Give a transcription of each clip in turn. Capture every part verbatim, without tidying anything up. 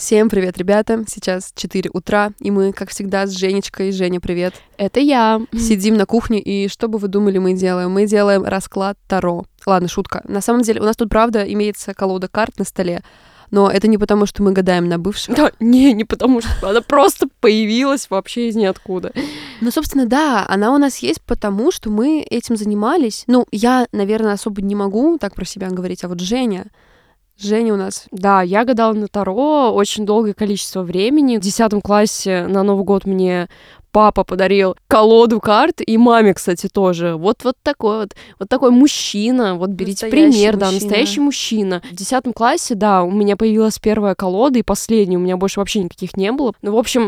Всем привет, ребята! Сейчас четыре утра, и мы, как всегда, с Женечкой. Женя, привет! Это я. Сидим на кухне, и что бы вы думали, мы делаем? Мы делаем расклад Таро. Ладно, шутка. На самом деле, у нас тут, правда, имеется колода карт на столе, но это не потому, что мы гадаем на бывших. Да, не, не потому, что она просто появилась вообще из ниоткуда. Ну, собственно, да, она у нас есть потому, что мы этим занимались. Ну, я, наверное, особо не могу так про себя говорить, а вот Женя... Женя у нас. Да, я гадала на Таро очень долгое количество времени. В десятом классе на Новый год мне папа подарил колоду карт, и маме, кстати, тоже. Вот, вот такой вот, вот такой мужчина. Вот берите настоящий пример, мужчина. да, настоящий мужчина. В десятом классе, да, у меня появилась первая колода, и последняя, у меня больше вообще никаких не было. Ну, в общем,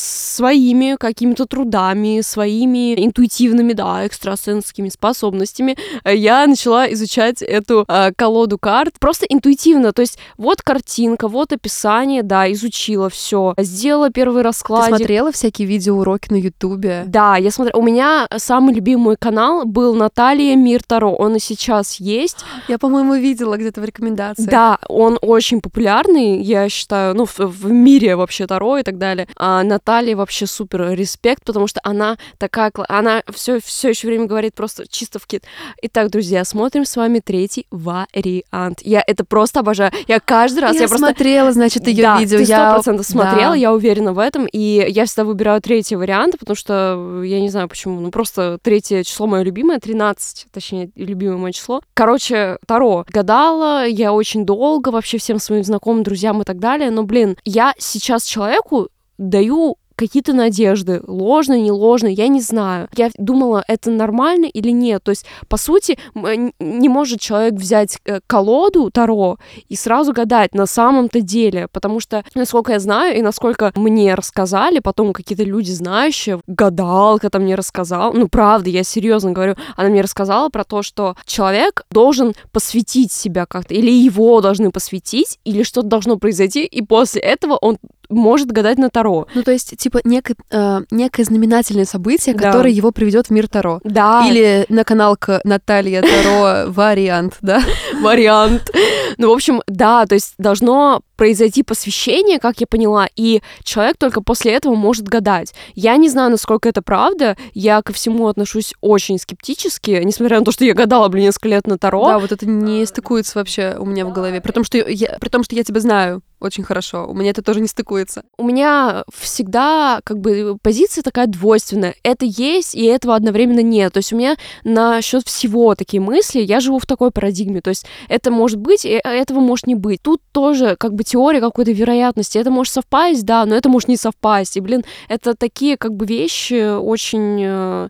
своими какими-то трудами, своими интуитивными, да, экстрасенсскими способностями я начала изучать эту э, колоду карт. Просто интуитивно, то есть вот картинка, вот описание, да, изучила все, сделала первый раскладик. Ты смотрела всякие видеоуроки на Ютубе? Да, я смотрела. У меня самый любимый канал был Наталья Мир Таро. Он и сейчас есть. Я, по-моему, видела где-то в рекомендациях. Да, он очень популярный, я считаю, ну, в, в мире вообще Таро и так далее. А Наталья вообще супер респект, потому что она такая... Она все, все еще время говорит просто чисто в кит. Итак, друзья, смотрим с вами третий вариант. Я это просто обожаю. Я каждый раз... Я, я просто смотрела, значит, ее да, видео. Ты сто я процентов смотрела, да. Я уверена в этом. И я всегда выбираю третий вариант, потому что я не знаю почему, ну просто третье число мое любимое, тринадцать, точнее, любимое мое число. Короче, Таро. Гадала я очень долго вообще всем своим знакомым, друзьям и так далее, но, блин, я сейчас человеку даю какие-то надежды, ложные, не ложные, я не знаю. Я думала, это нормально или нет. То есть, по сути, не может человек взять колоду Таро и сразу гадать на самом-то деле, потому что, насколько я знаю и насколько мне рассказали, потом какие-то люди знающие, гадалка там мне рассказала, ну, правда, я серьезно говорю, она мне рассказала про то, что человек должен посвятить себя как-то, или его должны посвятить, или что-то должно произойти, и после этого он может гадать на Таро. Ну, то есть, типа, некое, э, некое знаменательное событие, да. которое его приведет в мир Таро. Да. Или на канал к Наталья Таро вариант, да? Вариант. Ну, в общем, да, то есть должно произойти посвящение, как я поняла, и человек только после этого может гадать. Я не знаю, насколько это правда, я ко всему отношусь очень скептически, несмотря на то, что я гадала, блин, несколько лет на Таро. Да, вот это не стыкуется вообще у меня в голове, при том, что я, при том, что я тебя знаю очень хорошо, у меня это тоже не стыкуется. У меня всегда как бы позиция такая двойственная. Это есть, и этого одновременно нет. То есть у меня насчет всего такие мысли, я живу в такой парадигме. То есть это может быть, и этого может не быть. Тут тоже как бы теория какой-то вероятности. Это может совпасть, да, но это может не совпасть. И, блин, это такие как бы вещи очень...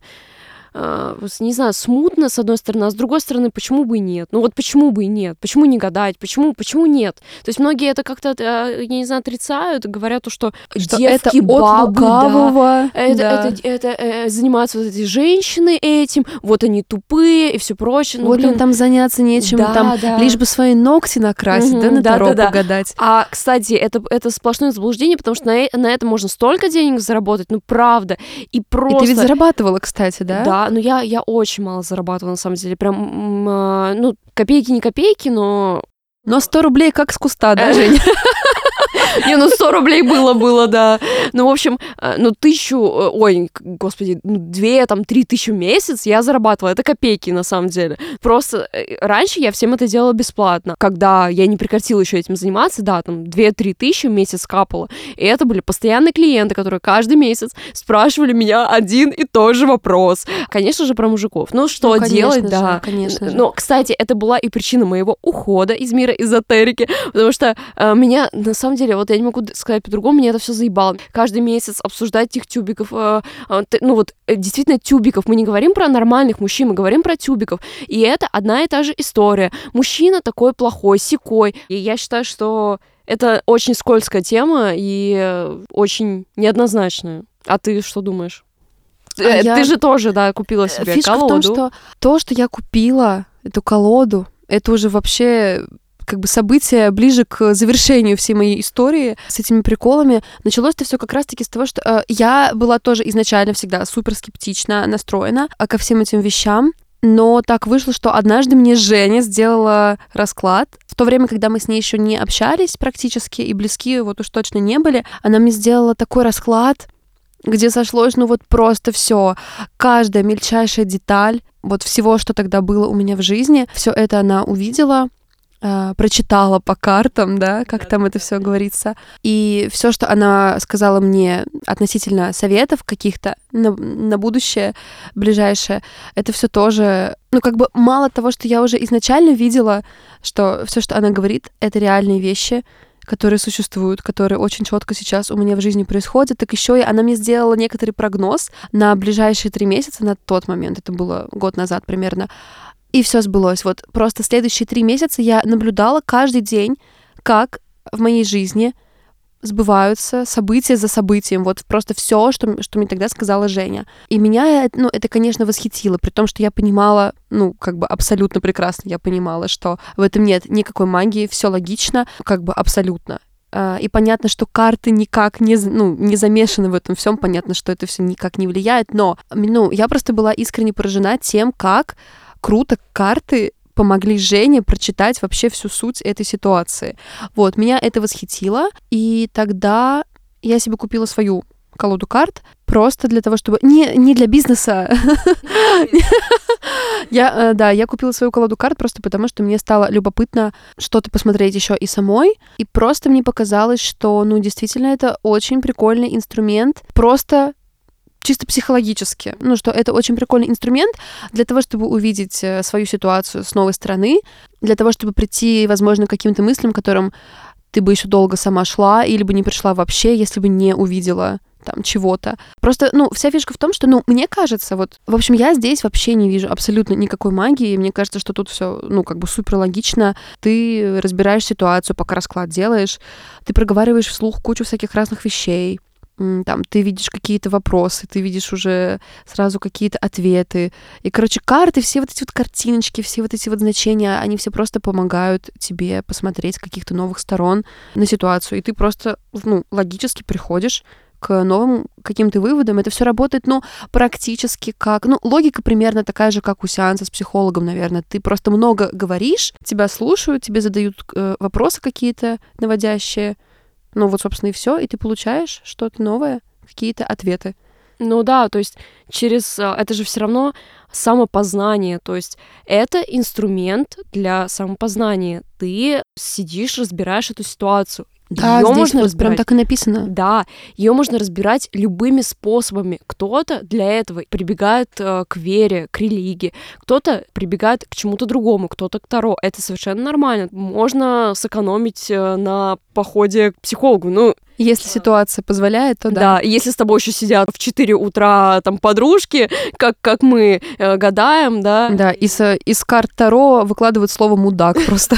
не знаю, смутно, с одной стороны, а с другой стороны, почему бы и нет? Ну вот почему бы и нет? Почему не гадать? Почему, почему нет? То есть многие это как-то, я не знаю, отрицают, говорят, что, что девки, это бабы, от лукавого, да, это, да. это, это, это занимаются вот эти женщины этим, вот они тупые и все прочее. Ну, вот блин, им там заняться нечем, да, там да. лишь бы свои ногти накрасить, угу, да, на да, Таро да, да. погадать. А, кстати, это, это сплошное заблуждение, потому что на, на это можно столько денег заработать, ну правда. И просто... И ты ведь зарабатывала, кстати, да? Да, но я, я очень очень мало зарабатывала, на самом деле. Прям, ну, копейки не копейки, но... Но сто рублей как с куста, да, Женя? Не, ну сто рублей было-было, да. Ну, в общем, ну, тысячу, ой, господи, две, там, три тысячи в месяц я зарабатывала. Это копейки, на самом деле. Просто раньше я всем это делала бесплатно. Когда я не прекратила еще этим заниматься, да, там, две-три тысячи в месяц капало. И это были постоянные клиенты, которые каждый месяц спрашивали меня один и тот же вопрос. Конечно же, про мужиков. Ну, что ну, делать, же, да. Конечно же. Но, кстати, это была и причина моего ухода из мира эзотерики, потому что э, меня, на самом деле, вот я не могу сказать по-другому, меня это все заебало. Каждый месяц обсуждать этих тюбиков, э, э, ну вот, э, действительно, тюбиков. Мы не говорим про нормальных мужчин, мы говорим про тюбиков. И это одна и та же история. Мужчина такой плохой, сякой. И я считаю, что это очень скользкая тема и очень неоднозначная. А ты что думаешь? А ты я... же тоже, да, купила себе Фишка колоду. в том, что то, что я купила эту колоду, это уже вообще как бы событие ближе к завершению всей моей истории с этими приколами. Началось-то все как раз-таки с того, что э, я была тоже изначально всегда супер скептично настроена ко всем этим вещам. Но так вышло, что однажды мне Женя сделала расклад. В то время, когда мы с ней еще не общались практически, и близки вот уж точно не были, она мне сделала такой расклад, где сошлось, ну вот просто все, каждая мельчайшая деталь вот всего, что тогда было у меня в жизни, все это она увидела, э, прочитала по картам, да, как да, там да, это все да. говорится, и все, что она сказала мне относительно советов каких-то на, на будущее ближайшее, это все тоже, ну как бы мало того, что я уже изначально видела, что все, что она говорит, это реальные вещи, которые существуют, которые очень четко сейчас у меня в жизни происходят, так еще и она мне сделала некоторый прогноз на ближайшие три месяца, на тот момент, это было год назад примерно, и все сбылось. Вот просто следующие три месяца я наблюдала каждый день, как в моей жизни сбываются события за событием, вот просто все, что, что мне тогда сказала Женя. И меня, ну, это, конечно, восхитило, при том, что я понимала, ну, как бы абсолютно прекрасно я понимала, что в этом нет никакой магии, все логично, как бы абсолютно. И понятно, что карты никак не, ну, не замешаны в этом всем, понятно, что это все никак не влияет, но, ну, я просто была искренне поражена тем, как круто карты помогли Жене прочитать вообще всю суть этой ситуации. Вот, меня это восхитило, и тогда я себе купила свою колоду карт просто для того, чтобы... Не, не для бизнеса. Я, да, я купила свою колоду карт просто потому, что мне стало любопытно что-то посмотреть еще и самой, и просто мне показалось, что, ну, действительно, это очень прикольный инструмент, просто чисто психологически, ну, что это очень прикольный инструмент для того, чтобы увидеть свою ситуацию с новой стороны, для того, чтобы прийти, возможно, к каким-то мыслям, к которым ты бы еще долго сама шла, или бы не пришла вообще, если бы не увидела там чего-то. Просто, ну, вся фишка в том, что, ну, мне кажется, вот, в общем, я здесь вообще не вижу абсолютно никакой магии, мне кажется, что тут все, ну, как бы супер логично, ты разбираешь ситуацию, пока расклад делаешь, ты проговариваешь вслух кучу всяких разных вещей, там, ты видишь какие-то вопросы, ты видишь уже сразу какие-то ответы. И, короче, карты, все вот эти вот картиночки, все вот эти вот значения, они все просто помогают тебе посмотреть с каких-то новых сторон на ситуацию. И ты просто, ну, логически приходишь к новым каким-то выводам. Это все работает, ну, практически как... Ну, логика примерно такая же, как у сеанса с психологом, наверное. Ты просто много говоришь, тебя слушают, тебе задают э, вопросы какие-то наводящие. Ну вот, собственно, и все, и ты получаешь что-то новое, какие-то ответы. Ну да, то есть через... Это же все равно самопознание, то есть это инструмент для самопознания. Ты сидишь, разбираешь эту ситуацию. Да, её здесь можно вот разбирать. Прям так и написано. Да, ее можно разбирать любыми способами. Кто-то для этого прибегает э, к вере, к религии, кто-то прибегает к чему-то другому, кто-то к таро. Это совершенно нормально. Можно сэкономить э, на походе к психологу. Ну, если ситуация позволяет, то да. Да, и если с тобой еще сидят в четыре утра там подружки, как, как мы э, гадаем, да. Да, из, из карт таро выкладывают слово «мудак» просто.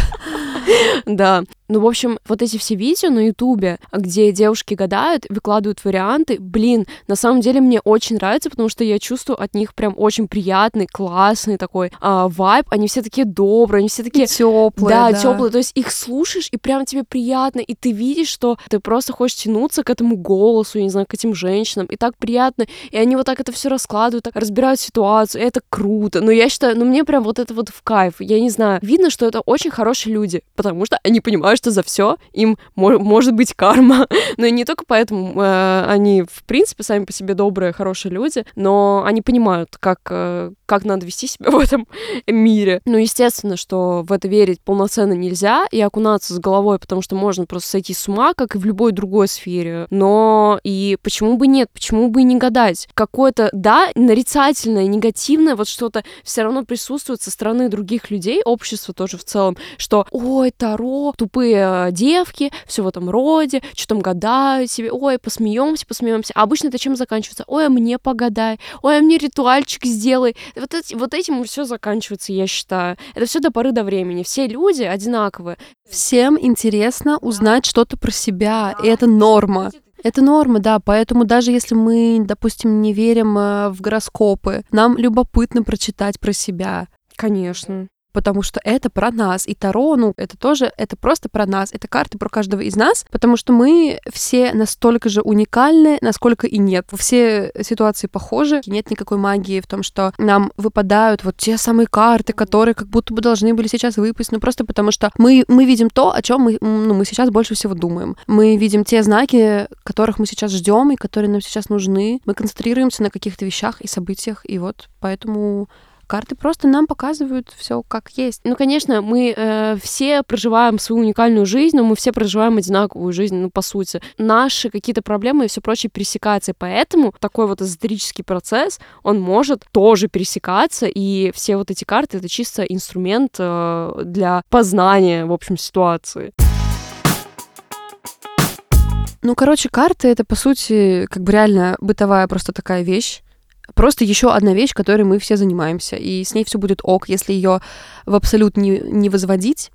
Да. Ну, в общем, вот эти все видео на Ютубе, где девушки гадают, выкладывают варианты, блин, на самом деле мне очень нравится, потому что я чувствую от них прям очень приятный, классный такой а, вайб. Они все такие добрые, они все такие теплые. Да, да. теплые. То есть их слушаешь, и прям тебе приятно, и ты видишь, что ты просто хочешь тянуться к этому голосу, я не знаю, к этим женщинам, и так приятно. И они вот так это все раскладывают, так разбирают ситуацию, и это круто. Но я считаю, ну мне прям вот это вот в кайф. Я не знаю, видно, что это очень хорошие люди, потому что они понимают, что за все им мо- может быть карма. Но и не только поэтому э, они, в принципе, сами по себе добрые, хорошие люди, но они понимают, как, э, как надо вести себя в этом мире. Ну, естественно, что в это верить полноценно нельзя и окунаться с головой, потому что можно просто сойти с ума, как и в любой другой сфере. Но и почему бы нет? Почему бы и не гадать? Какое-то, да, нарицательное, негативное, вот что-то все равно присутствует со стороны других людей, общества тоже в целом, что ой, таро, тупые девки, все в этом роде, что там гадают себе, ой, посмеемся, посмеемся. А обычно это чем заканчивается? Ой, а мне погадай, ой, а мне ритуальчик сделай. Вот, эти, вот этим все заканчивается, я считаю. Это все до поры до времени. Все люди одинаковые. Всем интересно узнать да. что-то про себя, да. и это норма. Это норма, да, поэтому даже если мы, допустим, не верим в гороскопы, нам любопытно прочитать про себя. Конечно. потому что это про нас. И Таро, ну, это тоже, это просто про нас. Это карты про каждого из нас, потому что мы все настолько же уникальны, насколько и нет. Все ситуации похожи. Нет никакой магии в том, что нам выпадают вот те самые карты, которые как будто бы должны были сейчас выпасть. Ну, просто потому что мы, мы видим то, о чем мы, ну, мы сейчас больше всего думаем. Мы видим те знаки, которых мы сейчас ждем и которые нам сейчас нужны. Мы концентрируемся на каких-то вещах и событиях, и вот поэтому карты просто нам показывают все как есть. Ну, конечно, мы э, все проживаем свою уникальную жизнь, но мы все проживаем одинаковую жизнь, ну, по сути. Наши какие-то проблемы и все прочее пересекаются, и поэтому такой вот эзотерический процесс, он может тоже пересекаться, и все вот эти карты — это чисто инструмент э, для познания, в общем, ситуации. Ну, короче, карты — это, по сути, как бы реально бытовая просто такая вещь. Просто еще одна вещь, которой мы все занимаемся, и с ней все будет ок, если ее в абсолют не, не возводить.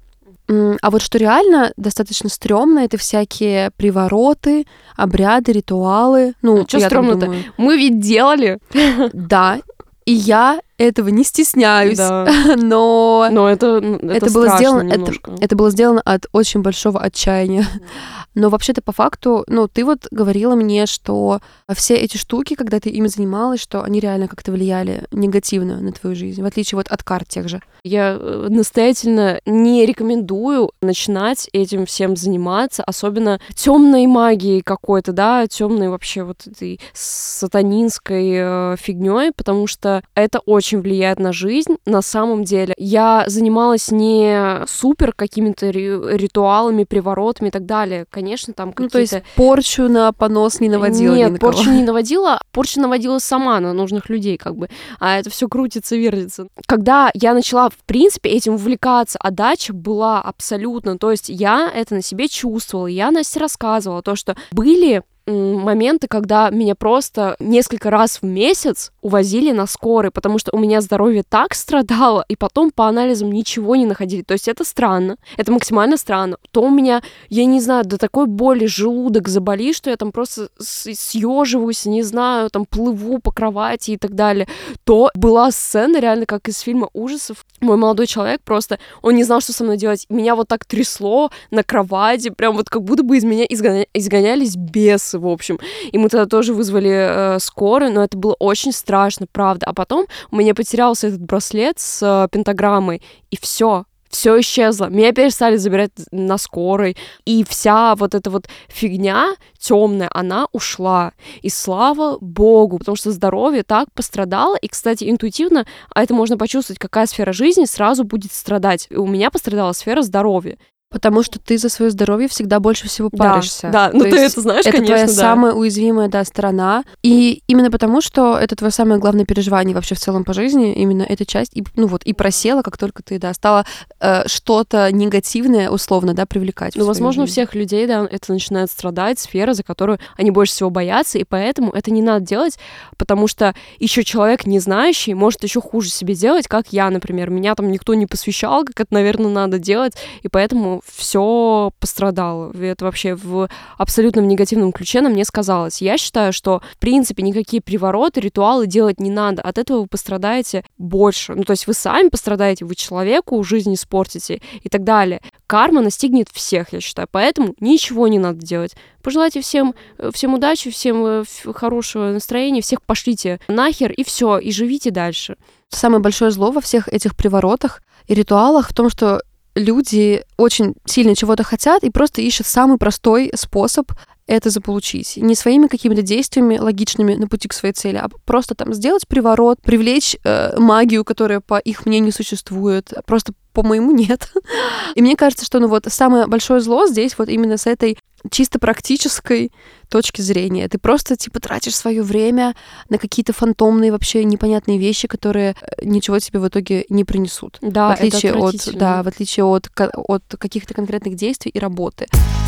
А вот что реально достаточно стрёмно, это всякие привороты, обряды, ритуалы. Ну, а что стрёмно-то? Мы ведь делали. Да, и я этого не стесняюсь, да. но, но это, это, это, было сделано, это, немножко. это было сделано от очень большого отчаяния. Но вообще-то по факту, ну, ты вот говорила мне, что все эти штуки, когда ты ими занималась, что они реально как-то влияли негативно на твою жизнь, в отличие вот от карт тех же. Я настоятельно не рекомендую начинать этим всем заниматься, особенно темной магией какой-то, да, темной вообще вот этой сатанинской э, фигней, потому что это очень влияет на жизнь на самом деле. Я занималась не супер какими-то ри- ритуалами, приворотами и так далее. Конечно, там какие-то... Ну, то есть порчу на понос не наводила Нет, ни на кого. порчу не наводила, порчу наводила сама на нужных людей, как бы. А это все крутится, вертится. Когда я начала, в принципе, этим увлекаться, отдача была абсолютно. То есть я это на себе чувствовала. Я Насте рассказывала то, что были моменты, когда меня просто несколько раз в месяц увозили на скорой, потому что у меня здоровье так страдало, и потом по анализам ничего не находили. То есть это странно, это максимально странно. То у меня, я не знаю, до такой боли желудок заболит, что я там просто съеживаюсь, не знаю, там плыву по кровати и так далее. То была сцена реально как из фильма ужасов. Мой молодой человек просто, он не знал, что со мной делать. Меня вот так трясло на кровати, прям вот как будто бы из меня изгоня... изгонялись бесы, в общем. И мы тогда тоже вызвали э, скорую, но это было очень страшно, правда. А потом у меня потерялся этот браслет с э, пентаграммой, и все. Все исчезло. Меня перестали забирать на скорой. И вся вот эта вот фигня темная, она ушла. И слава богу, потому что здоровье так пострадало. И, кстати, интуитивно, а это можно почувствовать, какая сфера жизни сразу будет страдать. И у меня пострадала сфера здоровья. Потому что ты за свое здоровье всегда больше всего паришься. Да, да. Ну ты это знаешь, это конечно, твоя да. самая уязвимая, да, сторона. И именно потому, что это твое самое главное переживание вообще в целом по жизни, именно эта часть, и, ну вот, и просела, как только ты, да, стала э, что-то негативное, условно, да, привлекать. Ну, возможно, у жизнь. всех людей, да, это начинает страдать, сфера, за которую они больше всего боятся, и поэтому это не надо делать, потому что еще человек не знающий может еще хуже себе делать, как я, например. Меня там никто не посвящал, как это, наверное, надо делать, и поэтому все пострадало. Это вообще в абсолютно в негативном ключе на мне сказалось. Я считаю, что, в принципе, никакие привороты, ритуалы делать не надо. От этого вы пострадаете больше. Ну, то есть вы сами пострадаете, вы человеку жизнь испортите и так далее. Карма настигнет всех, я считаю. Поэтому ничего не надо делать. Пожелайте всем, всем удачи, всем хорошего настроения, всех пошлите нахер, и все, и живите дальше. Самое большое зло во всех этих приворотах и ритуалах в том, что люди очень сильно чего-то хотят и просто ищут самый простой способ это заполучить. Не своими какими-то действиями логичными на пути к своей цели, а просто там сделать приворот, привлечь э, магию, которая, по их мнению, существует. Просто по-моему, нет. И мне кажется, что ну вот самое большое зло здесь вот именно с этой чисто практической точки зрения. Ты просто, типа, тратишь свое время на какие-то фантомные, вообще непонятные вещи, которые ничего тебе в итоге не принесут. Да, в отличие это от, да, в отличие от, от каких-то конкретных действий и работы.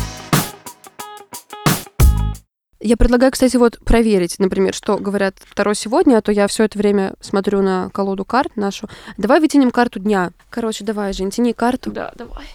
Я предлагаю, кстати, вот проверить, например, что говорят Таро сегодня, а то я все это время смотрю на колоду карт нашу. Давай вытянем карту дня. Короче, давай, Жень, тяни карту. Да, давай.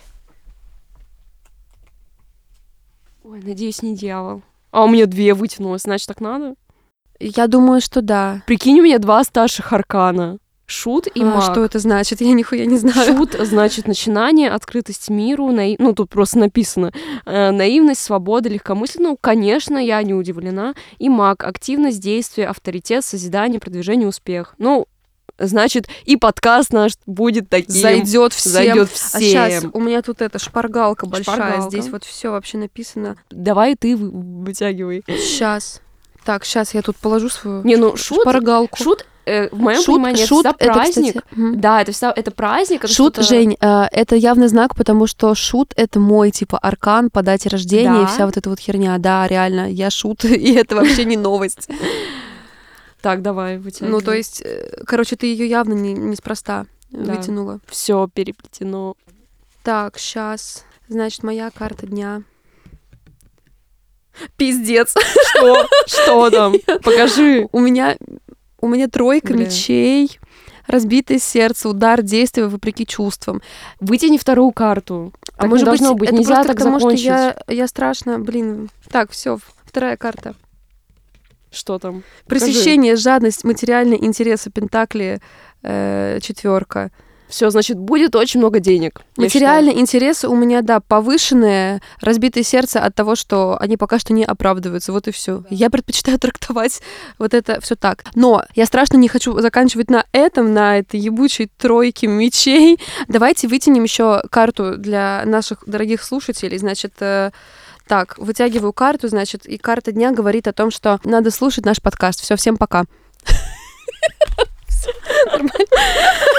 Ой, надеюсь, не дьявол. А у меня две вытянулось, значит, так надо? Я думаю, что да. Прикинь, у меня два старших аркана. Шут и А, маг. что это значит? Я нихуя не знаю. Шут значит начинание, открытость миру, наив... ну тут просто написано э, наивность, свобода, легкомыслие. Ну, конечно, я не удивлена. И маг — активность, действие, авторитет, созидание, продвижение, успех. Ну, значит, и подкаст наш будет таким. Зайдет всем. Зайдет А сейчас всем. у меня тут эта шпаргалка большая. Шпаргалка. Здесь вот все вообще написано. Давай ты вы- вытягивай. Сейчас. Так, сейчас я тут положу свою Не, ну шут, шпаргалку. шут э, в моем Шут- понимании, шут это всегда это, праздник. кстати, мгм. Да, это всегда это праздник. Это Шут, что-то- Жень, э, это явный знак, потому что шут — это мой, типа, аркан по дате рождения Да. и вся вот эта вот херня. Да, реально, я шут, и это вообще не новость. Так, давай, вытягивай. Ну, то есть, э, короче, ты ее явно не- неспроста э, Да. вытянула. Все переплетено. Так, сейчас. Значит, моя карта дня. Пиздец. Что? Что там? Покажи. У меня, у меня тройка Бля. мечей, разбитое сердце, удар, действия вопреки чувствам. Вытяни вторую карту. А Так может не должно быть. это Нельзя просто так потому, закончить. что я, я страшно, блин. Так, все, вторая карта. Что там? Покажи. Пресыщение, жадность, материальные интересы, пентакли, четверка. Все, значит, будет очень много денег. я Материальные интересы у меня, да, повышенные, разбитое сердце от того, что они пока что не оправдываются. Вот и все. Я предпочитаю трактовать вот это все так. Но я страшно не хочу заканчивать на этом, на этой ебучей тройке мечей. Давайте вытянем еще карту для наших дорогих слушателей. Значит, э, так, вытягиваю карту, значит, и карта дня говорит о том, что надо слушать наш подкаст. Все, всем пока. Нормально.